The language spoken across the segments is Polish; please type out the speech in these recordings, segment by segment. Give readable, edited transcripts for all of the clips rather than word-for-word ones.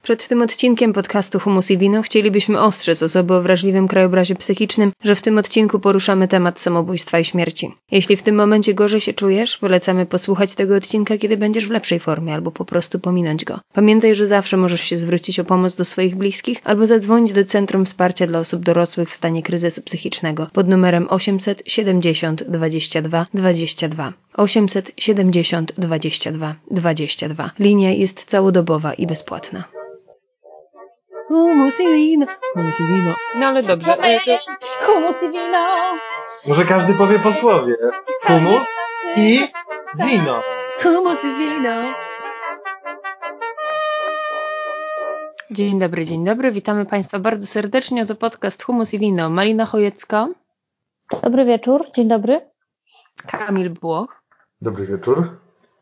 Przed tym odcinkiem podcastu Humus i Wino chcielibyśmy ostrzec osoby o wrażliwym krajobrazie psychicznym, że w tym odcinku poruszamy temat samobójstwa i śmierci. Jeśli w tym momencie gorzej się czujesz, polecamy posłuchać tego odcinka, kiedy będziesz w lepszej formie, albo po prostu pominąć go. Pamiętaj, że zawsze możesz się zwrócić o pomoc do swoich bliskich, albo zadzwonić do Centrum Wsparcia dla Osób Dorosłych w stanie kryzysu psychicznego pod numerem 800 70 22 22. 870 22 22. Linia jest całodobowa i bezpłatna. Humus i wino. Humus i wino. No ale dobrze. Humus i wino. Może każdy powie po słowie. Humus i wino. Humus i wino. Dzień dobry. Witamy Państwa bardzo serdecznie. To podcast Humus i Wino. Malina Chojecka. Dobry wieczór. Dzień dobry. Kamil Błoch. Dobry wieczór.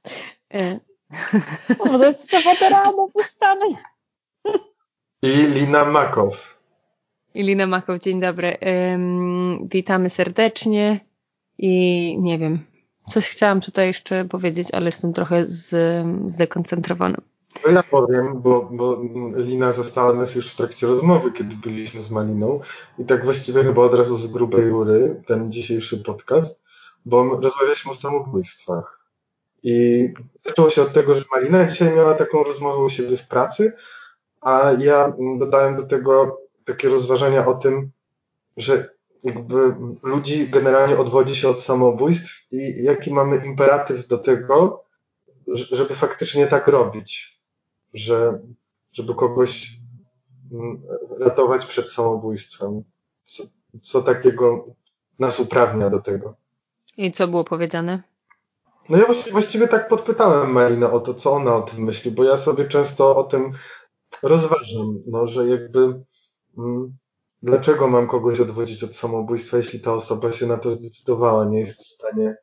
O, to jest sobota rano puszczamy. I Lina Makow. Dzień dobry. Witamy serdecznie i nie wiem, coś chciałam tutaj jeszcze powiedzieć, ale jestem trochę zdekoncentrowana. To ja powiem, bo Lina zastała nas już w trakcie rozmowy, kiedy byliśmy z Maliną i tak właściwie chyba od razu z grubej rury ten dzisiejszy podcast, bo rozmawialiśmy o samobójstwach. I zaczęło się od tego, że Malina dzisiaj miała taką rozmowę u siebie w pracy, a ja dodałem do tego takie rozważania o tym, że jakby ludzi generalnie odwodzi się od samobójstw i jaki mamy imperatyw do tego, żeby faktycznie tak robić, żeby kogoś ratować przed samobójstwem. Co takiego nas uprawnia do tego. I co było powiedziane? No ja właściwie tak podpytałem Malinę o to, co ona o tym myśli, bo ja sobie często o tym rozważam, no, że jakby dlaczego mam kogoś odwodzić od samobójstwa, jeśli ta osoba się na to zdecydowała, nie jest w stanie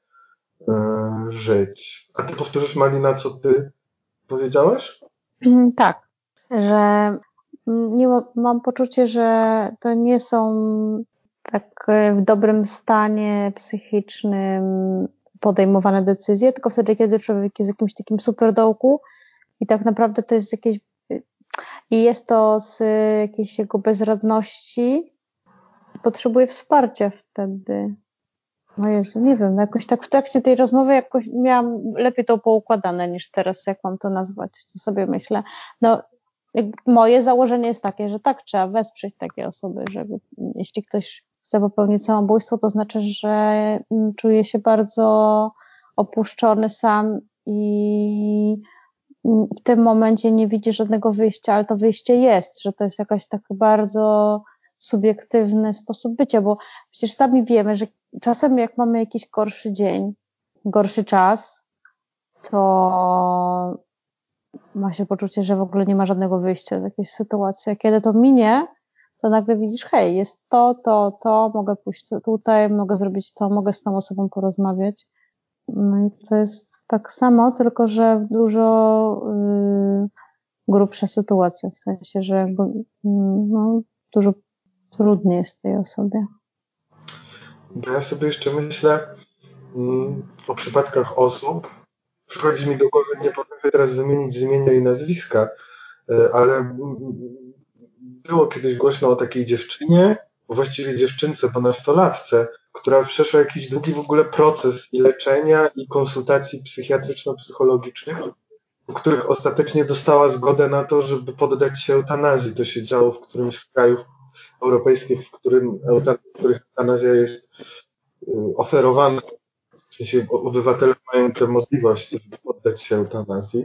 żyć. A ty powtórzysz, Malina, co ty powiedziałaś? Tak, że mam poczucie, że to nie są tak w dobrym stanie psychicznym podejmowane decyzje, tylko wtedy, kiedy człowiek jest w jakimś takim super dołku i tak naprawdę to jest jakieś i jest to z jakiejś jego bezradności, potrzebuje wsparcia wtedy. O Jezu, nie wiem, jakoś tak w trakcie tej rozmowy jakoś miałam lepiej to poukładane niż teraz, jak mam to nazwać, co sobie myślę. No, moje założenie jest takie, że tak, trzeba wesprzeć takie osoby, żeby jeśli ktoś chce popełnić samobójstwo, to znaczy, że czuje się bardzo opuszczony sam i w tym momencie nie widzi żadnego wyjścia, ale to wyjście jest, że to jest jakaś tak bardzo subiektywny sposób bycia, bo przecież sami wiemy, że czasem jak mamy jakiś gorszy dzień, gorszy czas, to ma się poczucie, że w ogóle nie ma żadnego wyjścia z jakiejś sytuacji. A kiedy to minie, to nagle widzisz, hej, jest to, mogę pójść tutaj, mogę zrobić to, mogę z tą osobą porozmawiać. No i to jest tak samo, tylko że dużo grubsza sytuacja, w sensie, że dużo trudniej jest tej osobie. Bo ja sobie jeszcze myślę o przypadkach osób. Wchodzi mi do głowy, nie potrafię teraz wymienić z imienia i nazwiska, ale było kiedyś głośno o takiej dziewczynie, właściwie dziewczynce po nastolatce, która przeszła jakiś długi w ogóle proces i leczenia, i konsultacji psychiatryczno-psychologicznych, w których ostatecznie dostała zgodę na to, żeby poddać się eutanazji. To się działo w którymś z krajów europejskich, w których eutanazja jest oferowana. W sensie obywatele mają tę możliwość, żeby poddać się eutanazji.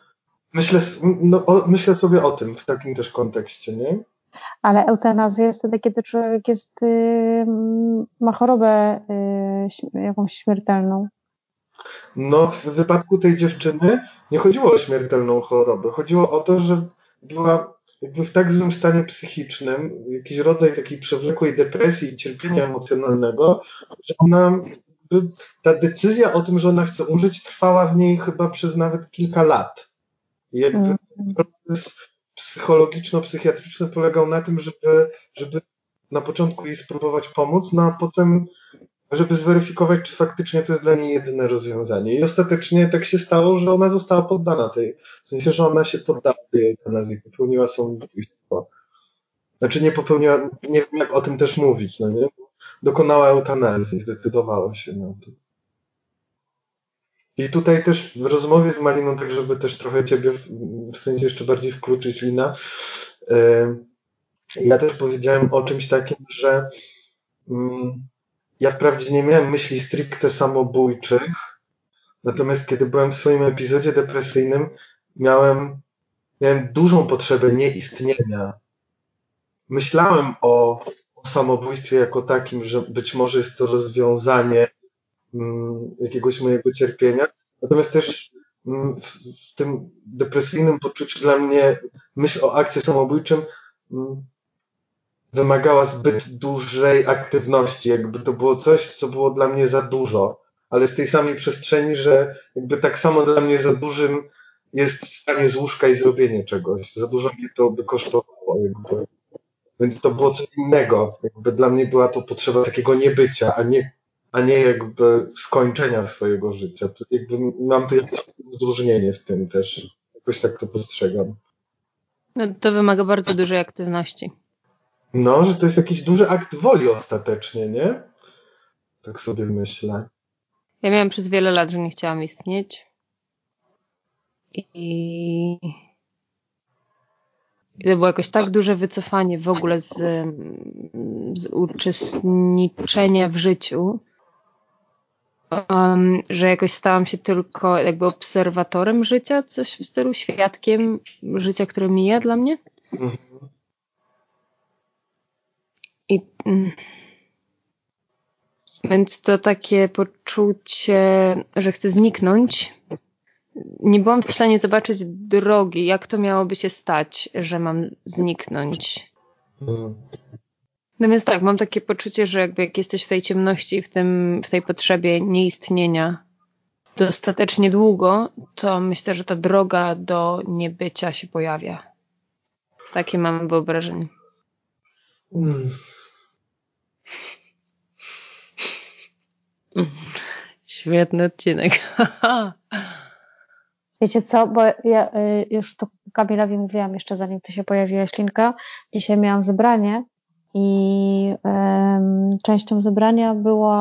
Myślę sobie o tym w takim też kontekście, nie? Ale eutanazja jest wtedy, kiedy człowiek ma chorobę jakąś śmiertelną. No, w wypadku tej dziewczyny nie chodziło o śmiertelną chorobę. Chodziło o to, że była jakby w tak złym stanie psychicznym, jakiś rodzaj takiej przewlekłej depresji i cierpienia emocjonalnego, że ta decyzja o tym, że ona chce umrzeć, trwała w niej chyba przez nawet kilka lat. I jakby proces psychologiczno-psychiatryczny polegał na tym, żeby na początku jej spróbować pomóc, no a potem żeby zweryfikować, czy faktycznie to jest dla niej jedyne rozwiązanie. I ostatecznie tak się stało, że ona została poddana tej, w sensie, że ona się poddała tej eutanazji, popełniła samobójstwo. Znaczy nie popełniła, nie wiem jak o tym też mówić, no nie? Dokonała eutanazji, zdecydowała się na to. I tutaj też w rozmowie z Maliną, tak żeby też trochę ciebie w sensie jeszcze bardziej wkluczyć, Lina, ja też powiedziałem o czymś takim, że ja wprawdzie nie miałem myśli stricte samobójczych, natomiast kiedy byłem w swoim epizodzie depresyjnym, miałem dużą potrzebę nieistnienia. Myślałem o samobójstwie jako takim, że być może jest to rozwiązanie jakiegoś mojego cierpienia, natomiast też w tym depresyjnym poczuciu dla mnie myśl o akcie samobójczym wymagała zbyt dużej aktywności, jakby to było coś, co było dla mnie za dużo, ale z tej samej przestrzeni, że jakby tak samo dla mnie za dużym jest wstanie z łóżka i zrobienie czegoś. Za dużo mnie to by kosztowało, jakby. Więc to było coś innego. Jakby dla mnie była to potrzeba takiego niebycia, a nie jakby skończenia swojego życia. To jakby mam tu jakieś rozróżnienie w tym też. Jakoś tak to postrzegam. No, to wymaga bardzo dużej aktywności. No, że to jest jakiś duży akt woli ostatecznie, nie? Tak sobie myślę. Ja miałam przez wiele lat, że nie chciałam istnieć. I to było jakoś tak duże wycofanie w ogóle z uczestniczenia w życiu, że jakoś stałam się tylko jakby obserwatorem życia, coś w stylu świadkiem życia, które mija dla mnie. Mhm. I więc to takie poczucie, że chcę zniknąć, nie byłam w stanie zobaczyć drogi, jak to miałoby się stać, że mam zniknąć. Mhm. No więc tak, mam takie poczucie, że jakby jak jesteś w tej ciemności, w tej potrzebie nieistnienia dostatecznie długo, to myślę, że ta droga do niebycia się pojawia. Takie mam wyobrażenie. Świetny odcinek. Wiecie co, bo ja już to Kamilowi mówiłam jeszcze zanim ty się pojawiłaś, Linka. Dzisiaj miałam zebranie i częścią zebrania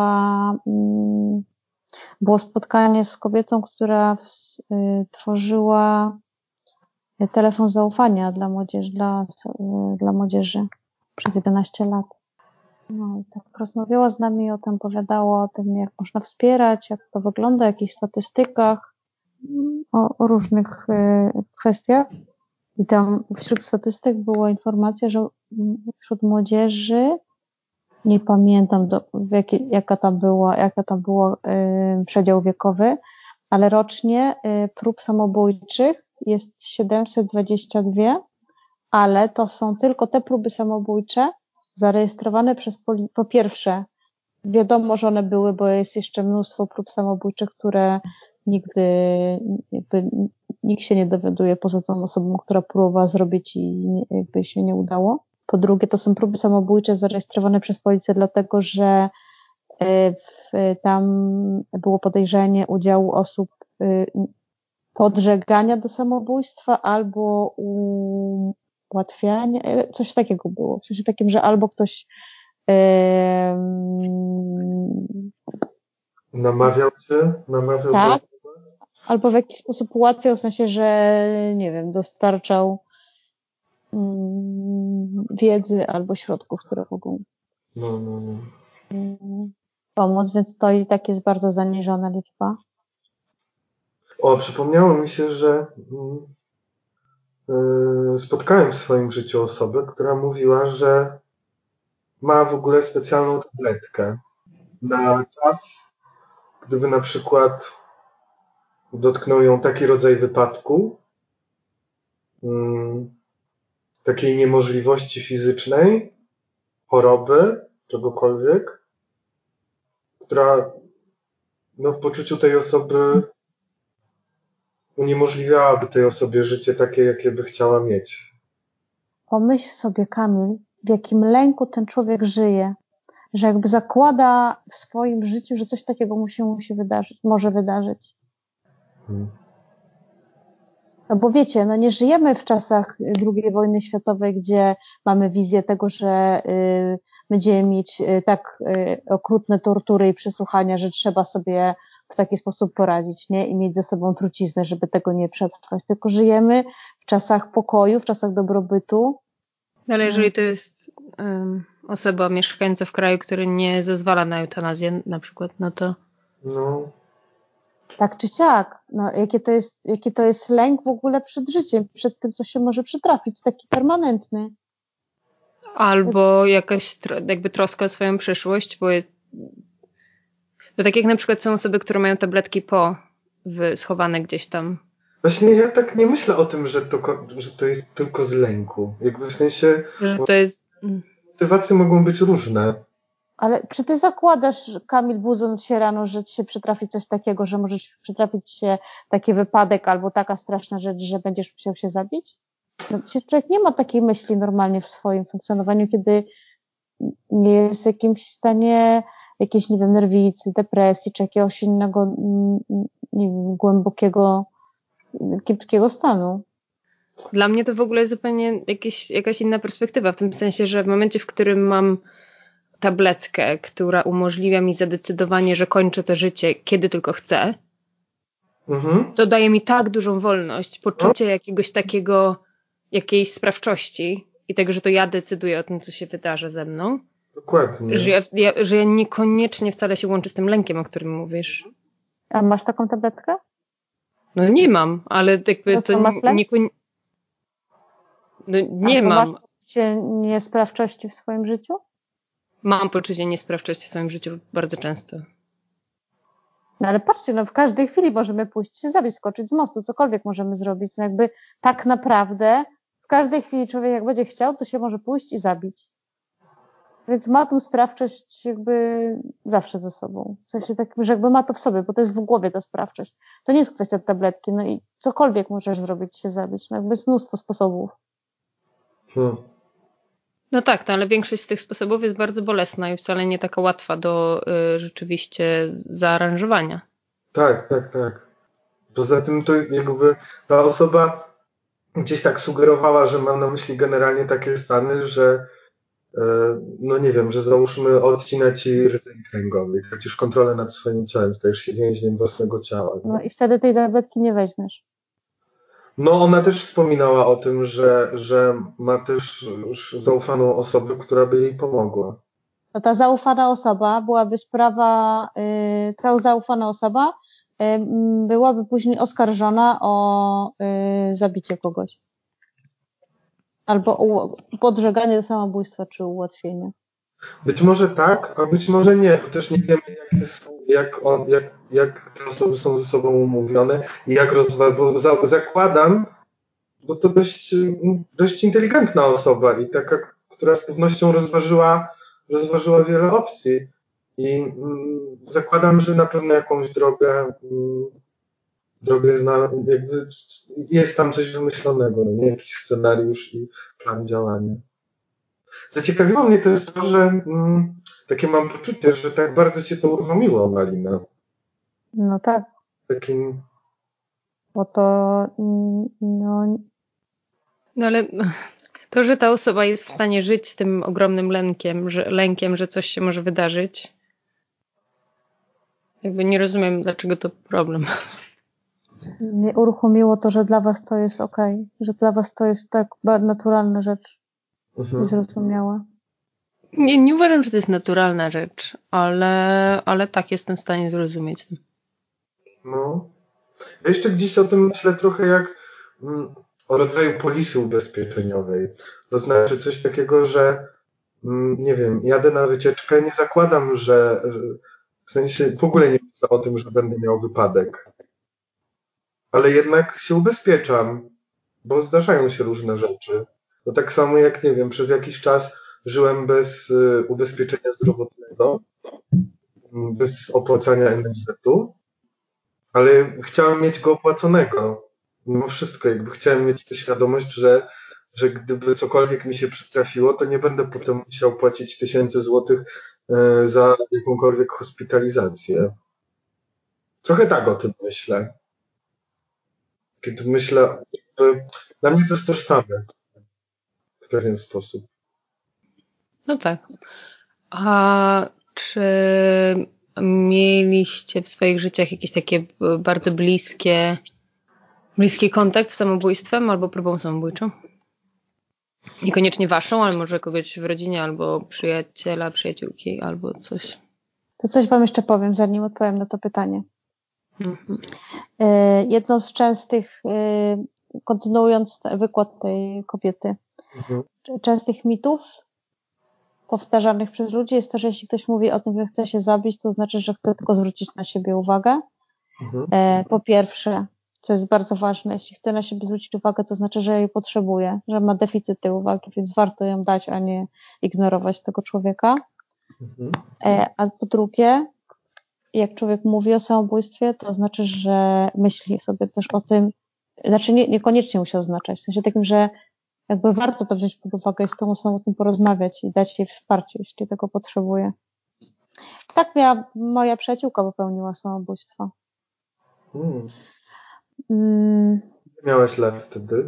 było spotkanie z kobietą, która tworzyła telefon zaufania dla młodzieży, dla młodzieży przez 11 lat. No i tak rozmawiała z nami o tym, opowiadała o tym, jak można wspierać, jak to wygląda, o jakichś statystykach, o różnych kwestiach. I tam wśród statystyk była informacja, że wśród młodzieży, nie pamiętam jaka tam była przedział wiekowy, ale rocznie prób samobójczych jest 722, ale to są tylko te próby samobójcze zarejestrowane po pierwsze, wiadomo, że one były, bo jest jeszcze mnóstwo prób samobójczych, które nigdy nikt się nie dowiaduje poza tą osobą, która próbowała zrobić i jakby się nie udało. Po drugie, to są próby samobójcze zarejestrowane przez policję, dlatego że tam było podejrzenie udziału osób podżegania do samobójstwa albo ułatwiania, coś takiego było. W sensie takim, że albo ktoś Namawiał cię? Tak, albo w jakiś sposób ułatwiał, w sensie, że nie wiem, dostarczał wiedzy albo środków, które mogą pomóc, więc to i tak jest bardzo zaniżona liczba. O, przypomniało mi się, że spotkałem w swoim życiu osobę, która mówiła, że ma w ogóle specjalną tabletkę na czas, gdyby na przykład dotknął ją taki rodzaj wypadku, takiej niemożliwości fizycznej, choroby, czegokolwiek, która w poczuciu tej osoby uniemożliwiałaby tej osobie życie takie, jakie by chciała mieć. Pomyśl sobie, Kamil, w jakim lęku ten człowiek żyje. że jakby zakłada w swoim życiu, że coś takiego musi wydarzyć, może wydarzyć. No bo wiecie, no nie żyjemy w czasach II wojny światowej, gdzie mamy wizję tego, że będziemy mieć tak okrutne tortury i przesłuchania, że trzeba sobie w taki sposób poradzić, nie? I mieć ze sobą truciznę, żeby tego nie przetrwać. Tylko żyjemy w czasach pokoju, w czasach dobrobytu. Ale jeżeli to jest osoba mieszkająca w kraju, który nie zezwala na eutanazję na przykład, no to... No. Tak czy siak, no, jaki to jest lęk w ogóle przed życiem, przed tym, co się może przytrafić, taki permanentny. Albo jakaś jakby troska o swoją przyszłość, bo to tak jak na przykład są osoby, które mają tabletki schowane gdzieś tam. Właśnie ja tak nie myślę o tym, że to jest tylko z lęku. Jakby w sensie... Że to jest... Motywacje mogą być różne. Ale czy ty zakładasz, Kamil, budząc się rano, że ci się przytrafi coś takiego, że możesz przytrafić się taki wypadek albo taka straszna rzecz, że będziesz musiał się zabić? No, człowiek nie ma takiej myśli normalnie w swoim funkcjonowaniu, kiedy nie jest w jakimś stanie jakiejś, nie wiem, nerwicy, depresji, czy jakiegoś innego, nie wiem, głębokiego, kiepskiego stanu. Dla mnie to w ogóle jest zupełnie jakaś inna perspektywa, w tym sensie, że w momencie, w którym mam tabletkę, która umożliwia mi zadecydowanie, że kończę to życie, kiedy tylko chcę, to daje mi tak dużą wolność, poczucie jakiejś sprawczości i tego, że to ja decyduję o tym, co się wydarzy ze mną. Dokładnie. Że ja niekoniecznie wcale się łączę z tym lękiem, o którym mówisz. A masz taką tabletkę? No nie mam, ale jakby to masz lęk? Nie mam. Masz poczucie niesprawczości w swoim życiu? Mam poczucie niesprawczości w swoim życiu bardzo często. No ale patrzcie, no w każdej chwili możemy pójść się zabić, skoczyć z mostu, cokolwiek możemy zrobić. No jakby tak naprawdę w każdej chwili człowiek jak będzie chciał, to się może pójść i zabić. Więc ma tą sprawczość jakby zawsze ze sobą. W sensie takim, że jakby ma to w sobie, bo to jest w głowie ta sprawczość. To nie jest kwestia tabletki, no i cokolwiek możesz zrobić, się zabić. No jakby jest mnóstwo sposobów. No tak, ale większość z tych sposobów jest bardzo bolesna i wcale nie taka łatwa do rzeczywiście zaaranżowania. Tak. Poza tym to jakby ta osoba gdzieś tak sugerowała, że mam na myśli generalnie takie stany, że no nie wiem, że załóżmy odcina ci rdzeń kręgowy, tracisz kontrolę nad swoim ciałem, stajesz się więźniem własnego ciała. No i wtedy tej tabletki nie weźmiesz. No ona też wspominała o tym, że ma też już zaufaną osobę, która by jej pomogła. To ta zaufana osoba byłaby ta zaufana osoba byłaby później oskarżona o zabicie kogoś. Albo podżeganie do samobójstwa, czy ułatwienie. Być może tak, a być może nie. Też nie wiemy, jak te osoby są ze sobą umówione i jak bo zakładam, bo to dość inteligentna osoba i taka, która z pewnością rozważyła wiele opcji. I zakładam, że na pewno jakąś drogę jakby jest tam coś wymyślonego, no nie? Jakiś scenariusz i plan działania. Zaciekawiło mnie też to, że takie mam poczucie, że tak bardzo cię to uruchomiło, Malina. No tak. Takim... Bo to no ale to, że ta osoba jest w stanie żyć z tym ogromnym lękiem, że coś się może wydarzyć, jakby nie rozumiem, dlaczego to problem. mnie uruchomiło to, że dla was to jest okej, że dla was to jest tak naturalna rzecz i zrozumiała. Nie uważam, że to jest naturalna rzecz, ale tak jestem w stanie zrozumieć. No. Ja jeszcze gdzieś o tym myślę trochę jak o rodzaju polisy ubezpieczeniowej. To znaczy coś takiego, że nie wiem, jadę na wycieczkę, nie zakładam, że w sensie w ogóle nie myślę o tym, że będę miał wypadek. Ale jednak się ubezpieczam, bo zdarzają się różne rzeczy. To tak samo jak, nie wiem, przez jakiś czas żyłem bez ubezpieczenia zdrowotnego, bez opłacania NFZ-u, ale chciałem mieć go opłaconego. Mimo wszystko, jakby chciałem mieć tę świadomość, że gdyby cokolwiek mi się przytrafiło, to nie będę potem musiał płacić 1000 złotych za jakąkolwiek hospitalizację. Trochę tak o tym myślę. Kiedy myślę, dla mnie to jest tożsame w pewien sposób. No tak. A czy mieliście w swoich życiach jakieś takie bardzo bliski kontakt z samobójstwem albo próbą samobójczą? Niekoniecznie waszą, ale może kogoś w rodzinie, albo przyjaciela, przyjaciółki, albo coś. To coś wam jeszcze powiem, zanim odpowiem na to pytanie. Mhm. Jedną z częstych, kontynuując wykład tej kobiety, częstych mitów powtarzanych przez ludzi jest to, że jeśli ktoś mówi o tym, że chce się zabić, to znaczy, że chce tylko zwrócić na siebie uwagę. Po pierwsze, co jest bardzo ważne, jeśli chce na siebie zwrócić uwagę, to znaczy, że jej potrzebuje, że ma deficyt tej uwagi, więc warto ją dać, a nie ignorować tego człowieka. A po drugie, jak człowiek mówi o samobójstwie, to znaczy, że myśli sobie też o tym, znaczy niekoniecznie musi oznaczać, w sensie takim, że jakby warto to wziąć pod uwagę i z tą osobą o tym porozmawiać i dać jej wsparcie, jeśli tego potrzebuje. Tak moja przyjaciółka popełniła samobójstwo. Miałaś lat wtedy?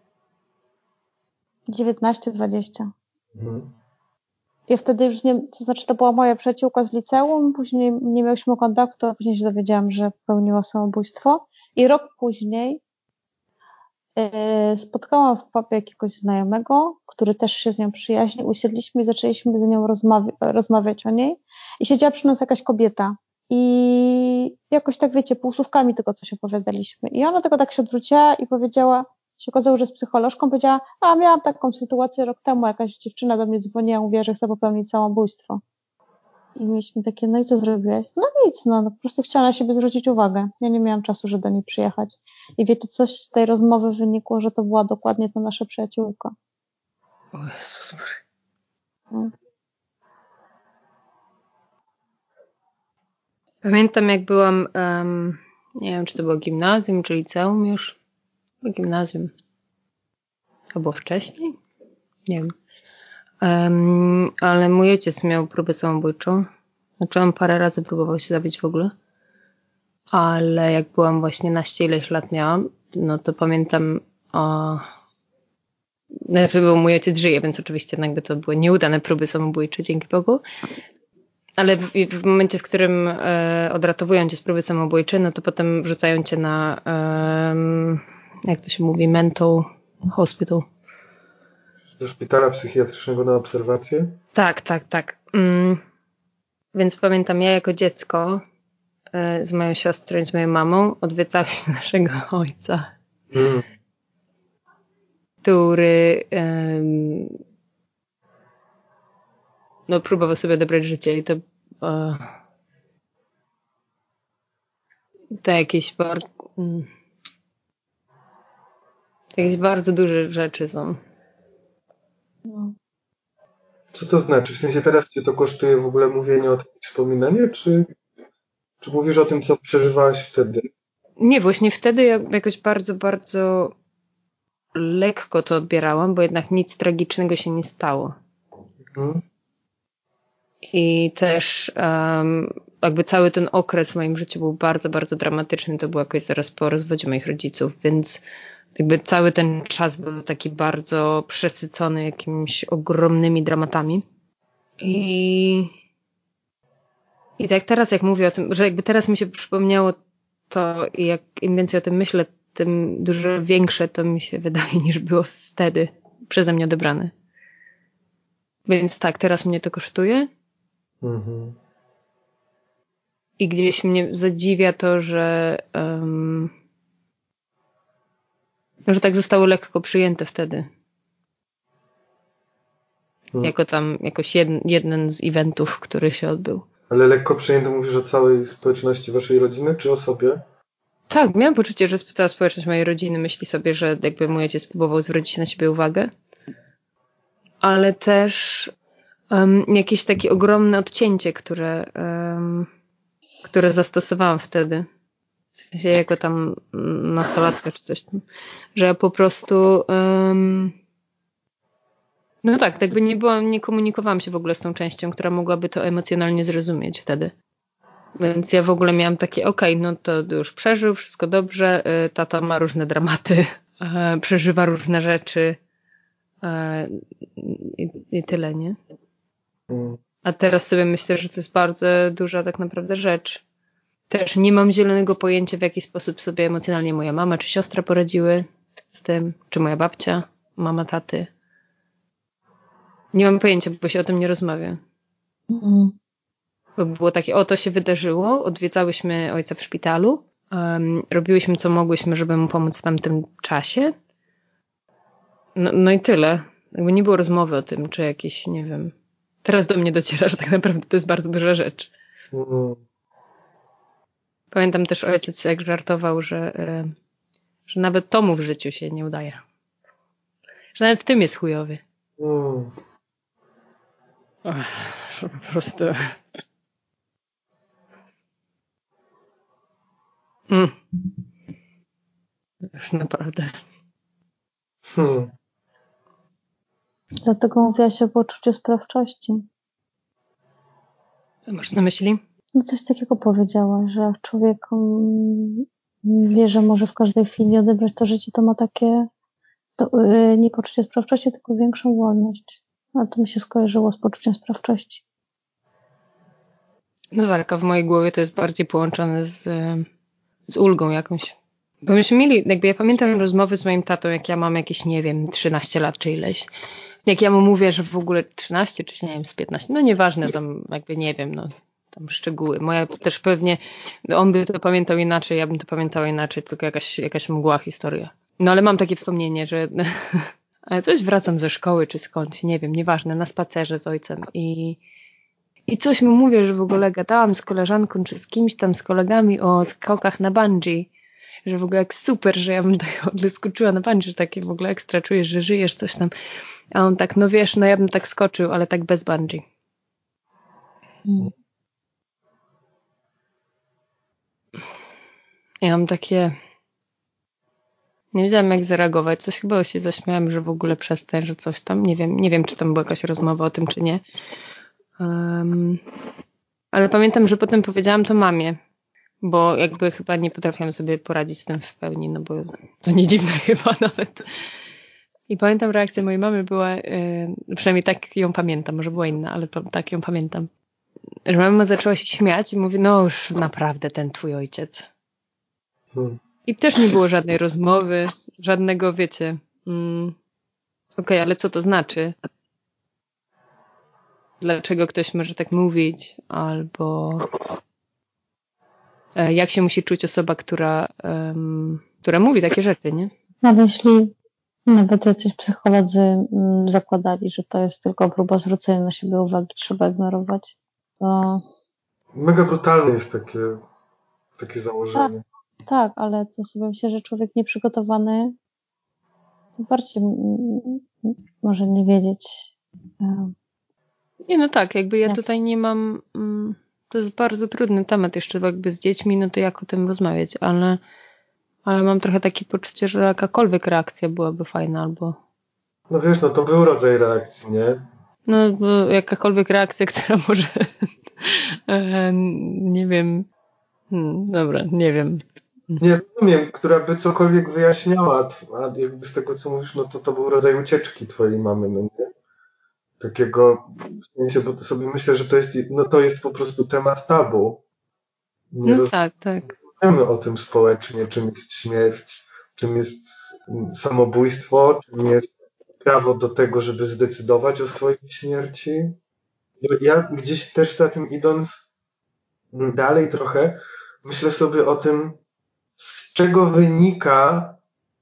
19-20. Ja wtedy już nie, to znaczy to była moja przyjaciółka z liceum, później nie miałyśmy kontaktu, a później się dowiedziałam, że popełniła samobójstwo. I rok później spotkałam w pubie jakiegoś znajomego, który też się z nią przyjaźnił. Usiedliśmy i zaczęliśmy z nią rozmawiać o niej. I siedziała przy nas jakaś kobieta. I jakoś tak, wiecie, półsłówkami tego coś opowiadaliśmy. I ona tylko tak się odwróciła i powiedziała, się okazało, że jest psycholożką, powiedziała, miałam taką sytuację rok temu, jakaś dziewczyna do mnie dzwoniła, mówiła, że chce popełnić samobójstwo. I mieliśmy takie, no i co zrobiłaś? No nic, no po prostu chciała na siebie zwrócić uwagę. Ja nie miałam czasu, żeby do niej przyjechać. I wiecie, coś z tej rozmowy wynikło, że to była dokładnie ta nasza przyjaciółka. O Jezus. Pamiętam, jak byłam, nie wiem, czy to było gimnazjum, czy liceum już. Było gimnazjum. Albo wcześniej? Nie wiem. Ale mój ojciec miał próbę samobójczą. Znaczy on parę razy próbował się zabić w ogóle. Ale jak byłam właśnie naście, ileś lat miałam, no to pamiętam znaczy, bo mój ojciec żyje, więc oczywiście jakby to były nieudane próby samobójcze, dzięki Bogu. Ale w momencie, w którym odratowują cię z próby samobójczej, no to potem wrzucają cię na jak to się mówi, mental hospital. Do szpitala psychiatrycznego na obserwację? Tak. Więc pamiętam, ja jako dziecko z moją siostrą i z moją mamą odwiedzałyśmy naszego ojca, który no, próbował sobie odebrać życie i to jakieś bardzo duże rzeczy są. Co to znaczy? W sensie teraz cię to kosztuje w ogóle mówienie o tym, wspominanie, czy mówisz o tym, co przeżywałaś wtedy? Nie, właśnie wtedy jakoś bardzo, bardzo lekko to odbierałam, bo jednak nic tragicznego się nie stało. I też jakby cały ten okres w moim życiu był bardzo, bardzo dramatyczny. To było jakoś zaraz po rozwodzie moich rodziców, więc jakby cały ten czas był taki bardzo przesycony jakimiś ogromnymi dramatami. I tak teraz, jak mówię o tym, że jakby teraz mi się przypomniało to i jak im więcej o tym myślę, tym dużo większe to mi się wydaje, niż było wtedy przeze mnie odebrane. Więc tak, teraz mnie to kosztuje. I gdzieś mnie zadziwia to, że tak zostało lekko przyjęte wtedy. Jako tam jakoś jeden z eventów, który się odbył. Ale lekko przyjęte mówisz o całej społeczności waszej rodziny, czy o sobie? Tak, miałam poczucie, że cała społeczność mojej rodziny myśli sobie, że jakby mój ojciec próbował zwrócić na siebie uwagę. Ale też jakieś takie ogromne odcięcie, które zastosowałam wtedy. W sensie jako tam nastolatka czy coś tam. Że ja po prostu No tak jakby nie komunikowałam się w ogóle z tą częścią, która mogłaby to emocjonalnie zrozumieć wtedy. Więc ja w ogóle miałam takie, no to już przeżył, wszystko dobrze, tata ma różne dramaty, przeżywa różne rzeczy i tyle, nie? A teraz sobie myślę, że to jest bardzo duża tak naprawdę rzecz. Też nie mam zielonego pojęcia, w jaki sposób sobie emocjonalnie moja mama czy siostra poradziły z tym, czy moja babcia, mama taty. Nie mam pojęcia, bo się o tym nie rozmawia. Bo było takie, to się wydarzyło, odwiedzałyśmy ojca w szpitalu, robiłyśmy co mogłyśmy, żeby mu pomóc w tamtym czasie. No i tyle. Jakby nie było rozmowy o tym, czy jakieś, nie wiem. Teraz do mnie dociera, że tak naprawdę to jest bardzo duża rzecz. Pamiętam też ojciec, jak żartował, że nawet Tomu w życiu się nie udaje. Że nawet w tym jest chujowy. Po prostu... Już naprawdę. Dlatego mówiłaś o poczuciu sprawczości. Co masz na myśli? No coś takiego powiedziałaś, że jak człowiek wie, że może w każdej chwili odebrać to życie, to ma takie nie poczucie sprawczości, tylko większą wolność. A to mi się skojarzyło z poczuciem sprawczości. No tak, a w mojej głowie to jest bardziej połączone z ulgą jakąś. Bo myśmy mieli, jakby ja pamiętam rozmowy z moim tatą, jak ja mam jakieś, nie wiem, 13 lat czy ileś. Jak ja mu mówię, że w ogóle 13 czy nie wiem, z 15, no nieważne, tam jakby nie wiem, no tam szczegóły. Moja też pewnie, on by to pamiętał inaczej, ja bym to pamiętała inaczej, tylko jakaś mgła historia. No ale mam takie wspomnienie, że ale coś wracam ze szkoły czy skądś, nie wiem, nieważne, na spacerze z ojcem i coś mu mówię, że w ogóle gadałam z koleżanką czy z kimś tam, z kolegami o skokach na bungee, że w ogóle jak super, że ja bym tak skoczyła na bungee, że takie w ogóle ekstra czujesz, że żyjesz, coś tam. A on tak, no wiesz, no ja bym tak skoczył, ale tak bez bungee. Ja mam takie... Nie wiedziałam jak zareagować, coś chyba się zaśmiałam, że w ogóle przestań, że coś tam, nie wiem czy tam była jakaś rozmowa o tym, czy nie. Ale pamiętam, że potem powiedziałam to mamie, bo jakby chyba nie potrafiłam sobie poradzić z tym w pełni, no bo to nie dziwne chyba nawet. I pamiętam reakcja mojej mamy była, przynajmniej tak ją pamiętam, może była inna, ale tak ją pamiętam. Że mama zaczęła się śmiać i mówi, no już naprawdę ten twój ojciec. I też nie było żadnej rozmowy, żadnego, wiecie, okej, ale co to znaczy? Dlaczego ktoś może tak mówić? Albo jak się musi czuć osoba, która mówi takie rzeczy, nie? Nawet jeśli nawet jacyś psycholodzy zakładali, że to jest tylko próba zwrócenia na siebie uwagi, trzeba ignorować, to... Mega brutalne jest takie założenie. Tak, ale to sobie myślę, że człowiek nieprzygotowany to bardziej może nie wiedzieć. Nie, no tak, jakby ja tutaj nie mam... To jest bardzo trudny temat jeszcze jakby z dziećmi, no to jak o tym rozmawiać, ale mam trochę takie poczucie, że jakakolwiek reakcja byłaby fajna, albo... No wiesz, no to był rodzaj reakcji, nie? No, bo jakakolwiek reakcja, która może... nie wiem... dobra, nie wiem. Nie rozumiem, która by cokolwiek wyjaśniała, a jakby z tego co mówisz, no to był rodzaj ucieczki twojej mamy, no nie? Takiego, w sensie, bo to sobie myślę, że to jest po prostu temat tabu. Nie tak. rozmawiamy o tym społecznie, czym jest śmierć, czym jest samobójstwo, czym jest prawo do tego, żeby zdecydować o swojej śmierci. Ja gdzieś też za tym idąc dalej trochę, myślę sobie o tym, z czego wynika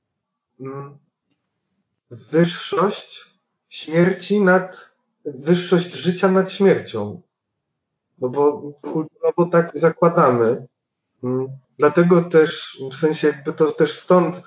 wyższość życia nad śmiercią. No bo kulturowo tak zakładamy. Dlatego też, w sensie jakby to też stąd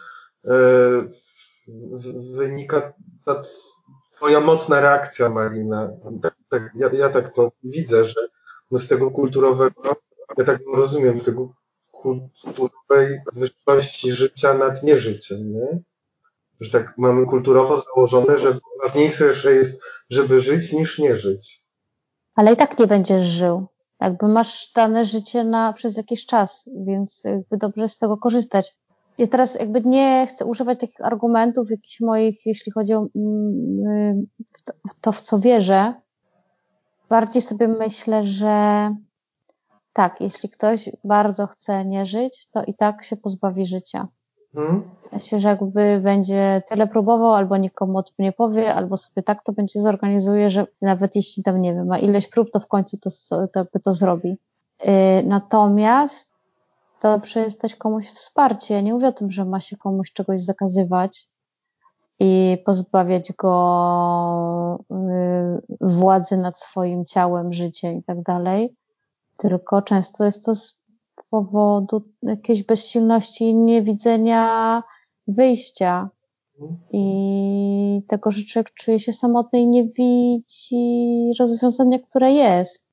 wynika ta twoja mocna reakcja, Marina. Ja tak to widzę, że no z tego kulturowego, ja tak rozumiem, z tego kulturowej wyższości życia nad nieżyciem, nie? Że tak mamy kulturowo założone, że ważniejsze jest, żeby żyć, niż nie żyć. Ale i tak nie będziesz żył. Jakby masz dane życie przez jakiś czas, więc jakby dobrze z tego korzystać. I teraz jakby nie chcę używać takich argumentów jakichś moich, jeśli chodzi o to, w co wierzę. Bardziej sobie myślę, że tak, jeśli ktoś bardzo chce nie żyć, to i tak się pozbawi życia. W sensie, że jakby będzie tyle próbował, albo nikomu o tym nie powie, albo sobie tak to będzie zorganizuje, że nawet jeśli tam, nie wiem, ma ileś prób, to w końcu to jakby to zrobi. Natomiast dobrze jest dać komuś wsparcie. Ja nie mówię o tym, że ma się komuś czegoś zakazywać i pozbawiać go władzy nad swoim ciałem, życiem i tak dalej, tylko często jest to z powodu jakiejś bezsilności i niewidzenia wyjścia i tego, że człowiek czuje się samotny i nie widzi rozwiązania, które jest.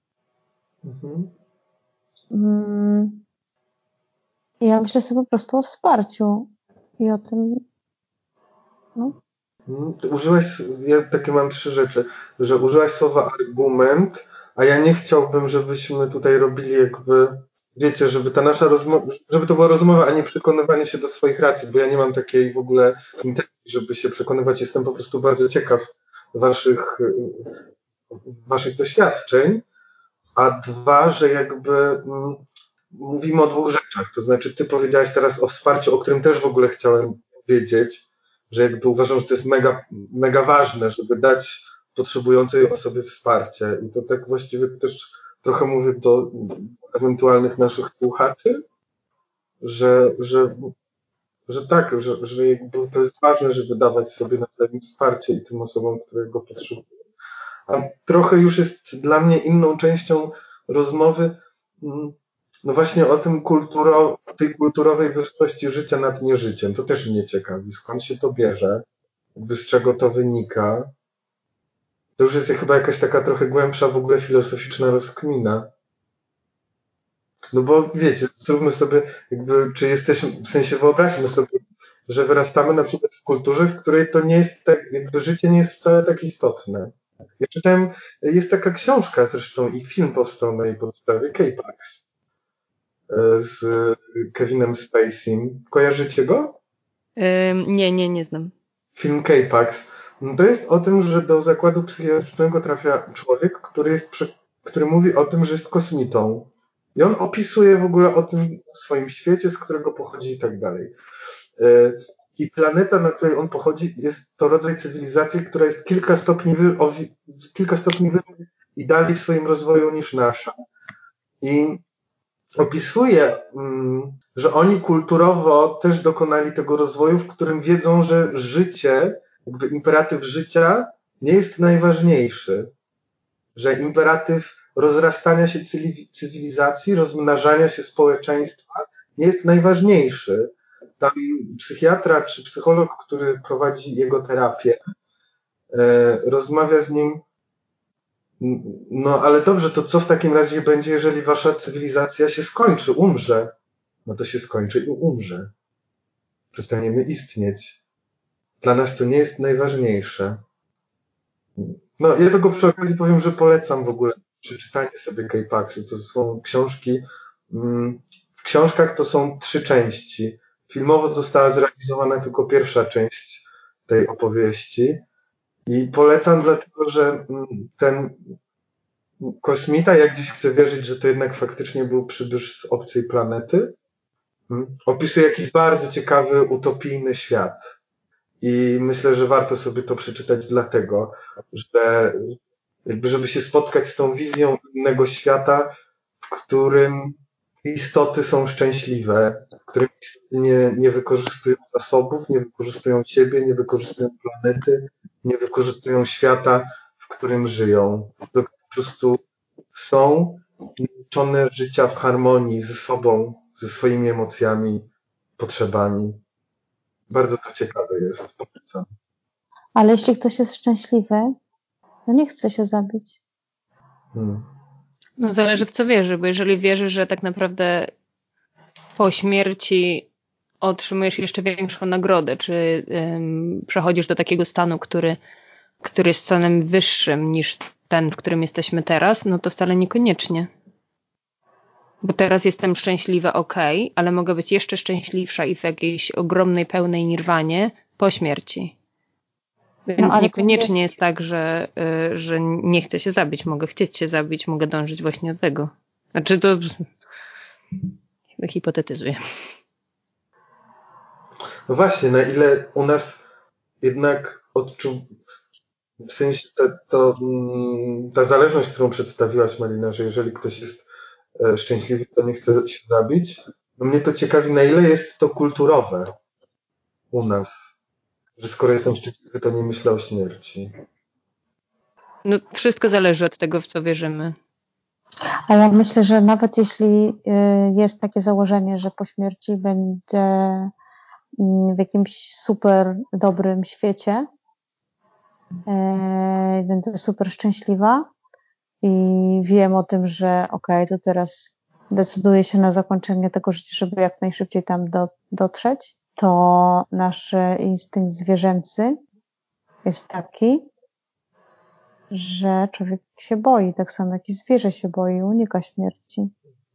Ja myślę sobie po prostu o wsparciu i o tym, Ja takie mam 3 rzeczy, że użyłaś słowa argument, a ja nie chciałbym, żebyśmy tutaj robili jakby, wiecie, żeby ta nasza rozmowa, żeby to była rozmowa, a nie przekonywanie się do swoich racji, bo ja nie mam takiej w ogóle intencji, żeby się przekonywać. Jestem po prostu bardzo ciekaw waszych doświadczeń, a 2, że jakby mówimy o 2 rzeczach, to znaczy ty powiedziałaś teraz o wsparciu, o którym też w ogóle chciałem powiedzieć, że jakby uważam, że to jest mega, mega ważne, żeby dać potrzebującej osobie wsparcie. I to tak właściwie też trochę mówię do ewentualnych naszych słuchaczy, że tak, że jakby to jest ważne, żeby dawać sobie nawzajem wsparcie i tym osobom, które go potrzebują. A trochę już jest dla mnie inną częścią rozmowy, no właśnie o tym tej kulturowej wyższości życia nad nieżyciem. To też mnie ciekawi. Skąd się to bierze? Jakby z czego to wynika? To już jest chyba jakaś taka trochę głębsza w ogóle filozoficzna rozkmina. No bo wiecie, zróbmy sobie jakby, czy jesteśmy, w sensie wyobraźmy sobie, że wyrastamy na przykład w kulturze, w której to nie jest tak, jakby życie nie jest wcale tak istotne. Ja czytałem, jest taka książka zresztą i film powstał na jej podstawie, K-Pax, z Kevinem Spacey. Kojarzycie go? Nie znam. Film K-Pax. No to jest o tym, że do zakładu psychiatrycznego trafia człowiek, który mówi o tym, że jest kosmitą. I on opisuje w ogóle o tym w swoim świecie, z którego pochodzi i tak dalej. I planeta, na której on pochodzi, jest to rodzaj cywilizacji, która jest kilka stopni wyżej i dalej w swoim rozwoju niż nasza. I opisuje, że oni kulturowo też dokonali tego rozwoju, w którym wiedzą, że życie, jakby imperatyw życia nie jest najważniejszy. Że imperatyw rozrastania się cywilizacji, rozmnażania się społeczeństwa nie jest najważniejszy. Tam psychiatra czy psycholog, który prowadzi jego terapię, rozmawia z nim, no ale dobrze, to co w takim razie będzie, jeżeli wasza cywilizacja się skończy, umrze? No to się skończy i umrze. Przestaniemy istnieć. Dla nas to nie jest najważniejsze. No ja tylko przy okazji powiem, że polecam w ogóle przeczytanie sobie K-Paxu. To są książki, w książkach to są 3 części. Filmowo została zrealizowana tylko pierwsza część tej opowieści i polecam dlatego, że ten kosmita, jak dziś chcę wierzyć, że to jednak faktycznie był przybysz z obcej planety, opisuje jakiś bardzo ciekawy, utopijny świat. I myślę, że warto sobie to przeczytać dlatego, że jakby żeby się spotkać z tą wizją innego świata, w którym istoty są szczęśliwe, w którym istoty nie wykorzystują zasobów, nie wykorzystują siebie, nie wykorzystują planety, nie wykorzystują świata, w którym żyją. Tylko po prostu są nauczone życia w harmonii ze sobą, ze swoimi emocjami, potrzebami. Bardzo to ciekawe jest. Polecam. Ale jeśli ktoś jest szczęśliwy, to nie chce się zabić. No zależy w co wierzy, bo jeżeli wierzy, że tak naprawdę po śmierci otrzymujesz jeszcze większą nagrodę, czy przechodzisz do takiego stanu, który jest stanem wyższym niż ten, w którym jesteśmy teraz, no to wcale niekoniecznie. Bo teraz jestem szczęśliwa, ale mogę być jeszcze szczęśliwsza i w jakiejś ogromnej, pełnej nirwanie po śmierci. Więc niekoniecznie jest tak, że nie chcę się zabić. Mogę chcieć się zabić, mogę dążyć właśnie do tego. Znaczy to hipotetyzuję. No właśnie, na ile u nas jednak w sensie ta zależność, którą przedstawiłaś, Malina, że jeżeli ktoś jest szczęśliwy, to nie chce się zabić, no mnie to ciekawi, na ile jest to kulturowe u nas, że skoro jestem szczęśliwy, to nie myślę o śmierci. No, wszystko zależy od tego, w co wierzymy. A ja myślę, że nawet jeśli jest takie założenie, że po śmierci będzie w jakimś super dobrym świecie, będę super szczęśliwa i wiem o tym, że to teraz decyduję się na zakończenie tego życia, żeby jak najszybciej tam dotrzeć, to nasz instynkt zwierzęcy jest taki, że człowiek się boi, tak samo jak i zwierzę się boi i unika śmierci.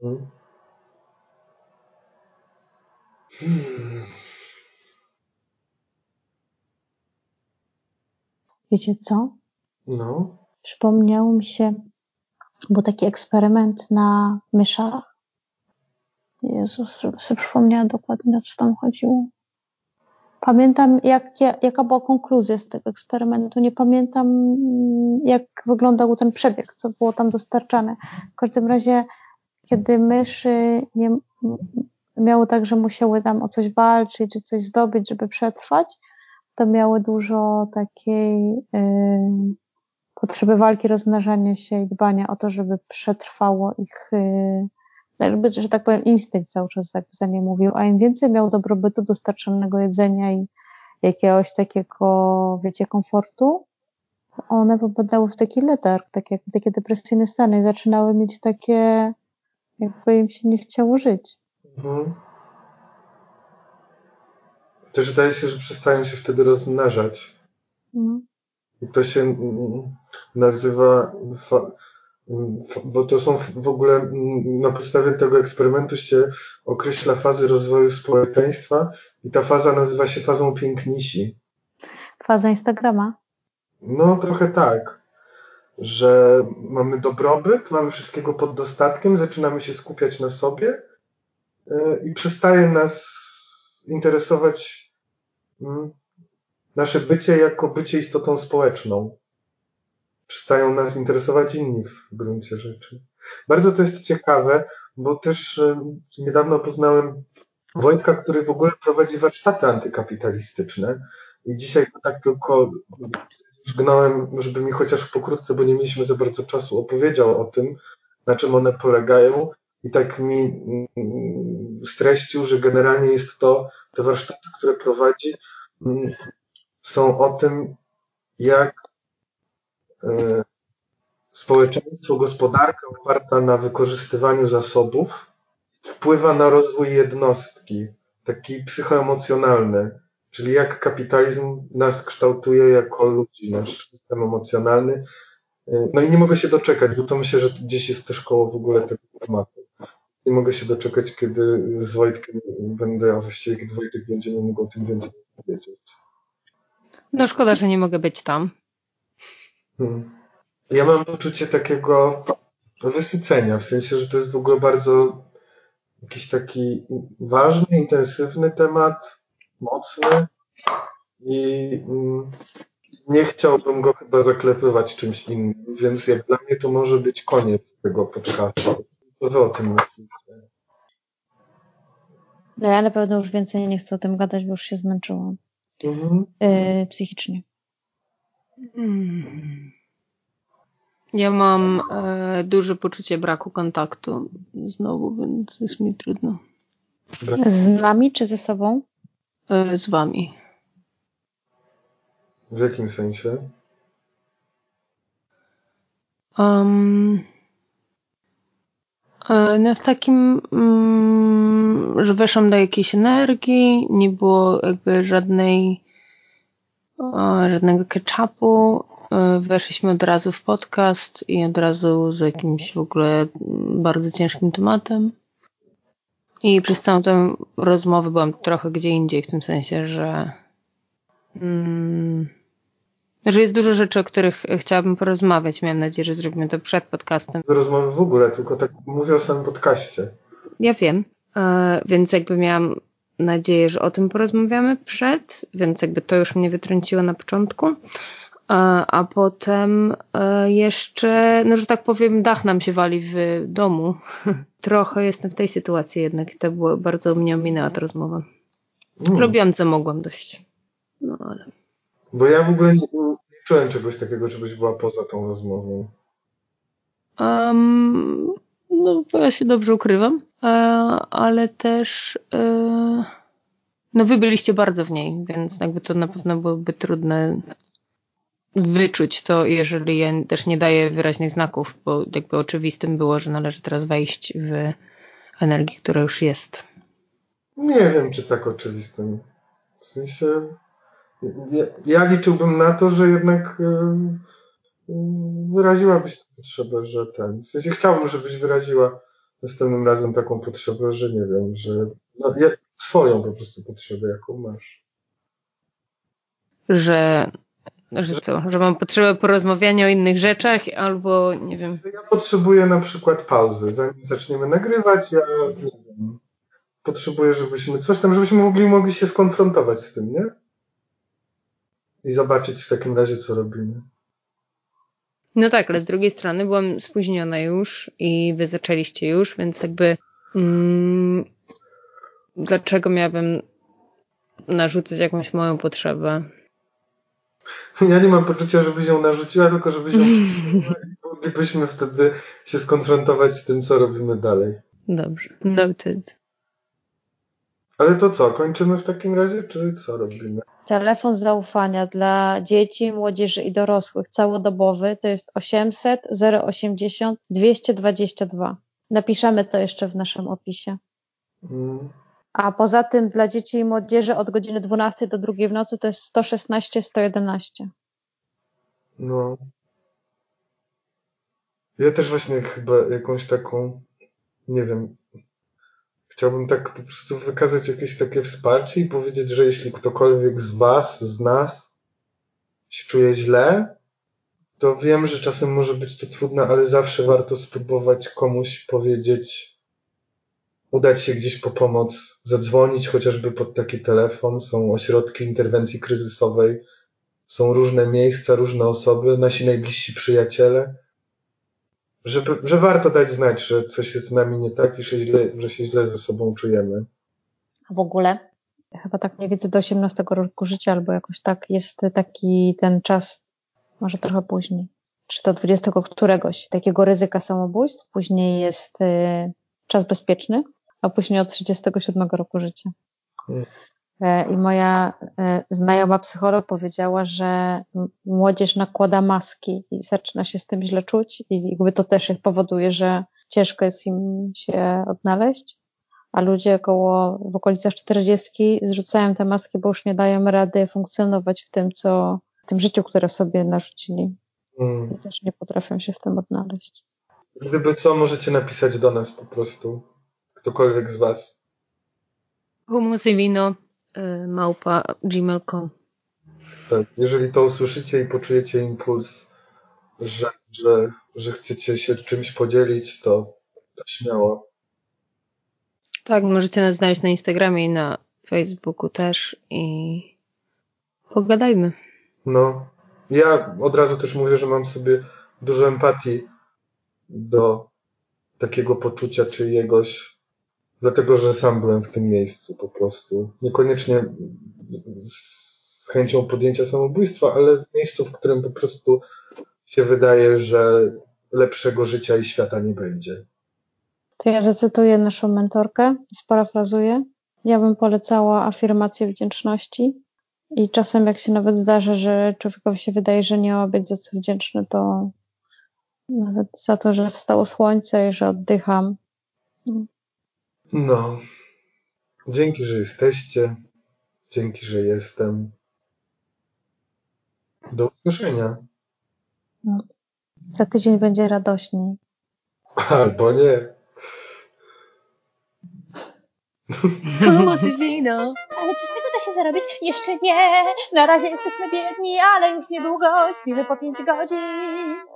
Wiecie co? No. Przypomniał mi się, był taki eksperyment na myszach. Jezus, żeby sobie przypomniała dokładnie, o co tam chodziło. Pamiętam, jaka była konkluzja z tego eksperymentu. Nie pamiętam, jak wyglądał ten przebieg, co było tam dostarczane. W każdym razie, kiedy myszy miały tak, że musiały tam o coś walczyć, czy coś zdobyć, żeby przetrwać, to miały dużo takiej potrzeby walki, rozmnażania się i dbania o to, żeby przetrwało ich, że tak powiem, instynkt cały czas za nie mówił, a im więcej miał dobrobytu, dostarczonego jedzenia i jakiegoś takiego, wiecie, komfortu, one popadały w taki letarg, takie depresyjne stany i zaczynały mieć takie, jakby im się nie chciało żyć. Mhm. Też wydaje się, że przestają się wtedy rozmnażać. I to się nazywa, bo to są w ogóle, na podstawie tego eksperymentu się określa fazy rozwoju społeczeństwa i ta faza nazywa się fazą pięknisi. Faza Instagrama? No trochę tak, że mamy dobrobyt, mamy wszystkiego pod dostatkiem, zaczynamy się skupiać na sobie i przestaje nas interesować nasze bycie jako bycie istotą społeczną. Przestają nas interesować inni w gruncie rzeczy. Bardzo to jest ciekawe, bo też niedawno poznałem Wojtka, który w ogóle prowadzi warsztaty antykapitalistyczne i dzisiaj go tak tylko żgnąłem, żeby mi chociaż pokrótce, bo nie mieliśmy za bardzo czasu, opowiedział o tym, na czym one polegają i tak mi streścił, że generalnie jest to, te warsztaty, które prowadzi, są o tym, jak społeczeństwo, gospodarka oparta na wykorzystywaniu zasobów wpływa na rozwój jednostki, taki psychoemocjonalny, czyli jak kapitalizm nas kształtuje jako ludzi, nasz system emocjonalny. No i nie mogę się doczekać, bo to myślę, że gdzieś jest też koło w ogóle tego tematu. Nie mogę się doczekać, kiedy z Wojtkiem będę, a właściwie kiedy Wojtek będzie mi mógł o tym więcej powiedzieć. No szkoda, że nie mogę być tam. Ja mam poczucie takiego wysycenia, w sensie, że to jest w ogóle bardzo jakiś taki ważny, intensywny temat, mocny i nie chciałbym go chyba zaklepywać czymś innym, więc jak dla mnie to może być koniec tego podcastu. Co wy o tym myślicie? No ja na pewno już więcej nie chcę o tym gadać, bo już się zmęczyłam. Psychicznie. Ja mam duże poczucie braku kontaktu znowu, więc jest mi trudno. Z nami czy ze sobą? Z wami. W jakim sensie? No w takim, że weszłam do jakiejś energii, nie było jakby żadnego catch-upu, weszliśmy od razu w podcast i od razu z jakimś w ogóle bardzo ciężkim tematem. I przez całą tę rozmowę byłam trochę gdzie indziej, w tym sensie, że jest dużo rzeczy, o których chciałabym porozmawiać. Miałam nadzieję, że zrobimy to przed podcastem. Rozmowy w ogóle, tylko tak mówię o samym podcaście. Ja wiem, więc jakby miałam nadzieję, że o tym porozmawiamy przed, więc jakby to już mnie wytrąciło na początku. A potem jeszcze, no że tak powiem, dach nam się wali w domu. Trochę jestem w tej sytuacji jednak i to było bardzo mnie ominęła ta rozmowa. Robiłam co mogłam dość. No ale... Bo ja w ogóle nie czułem czegoś takiego, żebyś była poza tą rozmową. No bo ja się dobrze ukrywam, ale też no wy byliście bardzo w niej, więc jakby to na pewno byłoby trudne wyczuć to, jeżeli ja też nie daję wyraźnych znaków, bo jakby oczywistym było, że należy teraz wejść w energię, która już jest. Nie wiem, czy tak oczywistym. W sensie ja liczyłbym na to, że jednak wyraziłabyś tę potrzebę, że w sensie chciałbym, żebyś wyraziła następnym razem taką potrzebę, że nie wiem, że swoją po prostu potrzebę, jaką masz. Że co? Że mam potrzebę porozmawiania o innych rzeczach albo nie wiem. Ja potrzebuję na przykład pauzy. Zanim zaczniemy nagrywać, ja nie wiem, potrzebuję, żebyśmy mogli się skonfrontować z tym, nie? I zobaczyć w takim razie, co robimy. No tak, ale z drugiej strony byłam spóźniona już i wy zaczęliście już, więc jakby dlaczego miałabym narzucać jakąś moją potrzebę? Ja nie mam poczucia, żebyś ją narzuciła, tylko żebyś ją przyjęła i moglibyśmy wtedy się skonfrontować z tym, co robimy dalej. Dobrze, noted. Ale to co, kończymy w takim razie, czy co robimy? Telefon zaufania dla dzieci, młodzieży i dorosłych całodobowy to jest 800 080 222. Napiszemy to jeszcze w naszym opisie. A poza tym dla dzieci i młodzieży od godziny 12 do 2 w nocy to jest 116 111. No. Ja też właśnie chyba jakąś taką, nie wiem, chciałbym tak po prostu wykazać jakieś takie wsparcie i powiedzieć, że jeśli ktokolwiek z was, z nas się czuje źle, to wiem, że czasem może być to trudne, ale zawsze warto spróbować komuś powiedzieć, udać się gdzieś po pomoc, zadzwonić chociażby pod taki telefon. Są ośrodki interwencji kryzysowej, są różne miejsca, różne osoby, nasi najbliżsi przyjaciele, że warto dać znać, że coś jest z nami nie tak i że się źle ze sobą czujemy. A w ogóle chyba tak mniej więcej do 18 roku życia albo jakoś tak jest taki ten czas, może trochę później, czy do 20 któregoś, takiego ryzyka samobójstw. Później jest czas bezpieczny, a później od 37 roku życia. I moja znajoma psycholog powiedziała, że młodzież nakłada maski i zaczyna się z tym źle czuć i jakby to też powoduje, że ciężko jest im się odnaleźć, a ludzie w okolicach 40 zrzucają te maski, bo już nie dają rady funkcjonować w tym życiu, które sobie narzucili. I też nie potrafią się w tym odnaleźć. Gdyby co, możecie napisać do nas po prostu. Ktokolwiek z was. humusywino@gmail.com. Tak, jeżeli to usłyszycie i poczujecie impuls, że chcecie się czymś podzielić, to śmiało. Tak, możecie nas znaleźć na Instagramie i na Facebooku też i pogadajmy. No, ja od razu też mówię, że mam sobie dużo empatii do takiego poczucia czyjegoś, dlatego że sam byłem w tym miejscu po prostu. Niekoniecznie z chęcią podjęcia samobójstwa, ale w miejscu, w którym po prostu się wydaje, że lepszego życia i świata nie będzie. To ja zacytuję naszą mentorkę, sparafrazuję. Ja bym polecała afirmację wdzięczności i czasem jak się nawet zdarza, że człowiekowi się wydaje, że nie ma być za co wdzięczny, to nawet za to, że wstało słońce i że oddycham, No. Dzięki, że jesteście. Dzięki, że jestem. Do usłyszenia. Za tydzień będzie radośniej. Albo nie. Humusy wino. Ale czy z tego da się zarobić? Jeszcze nie. Na razie jesteśmy biedni, ale już niedługo śpimy po 5 godzin.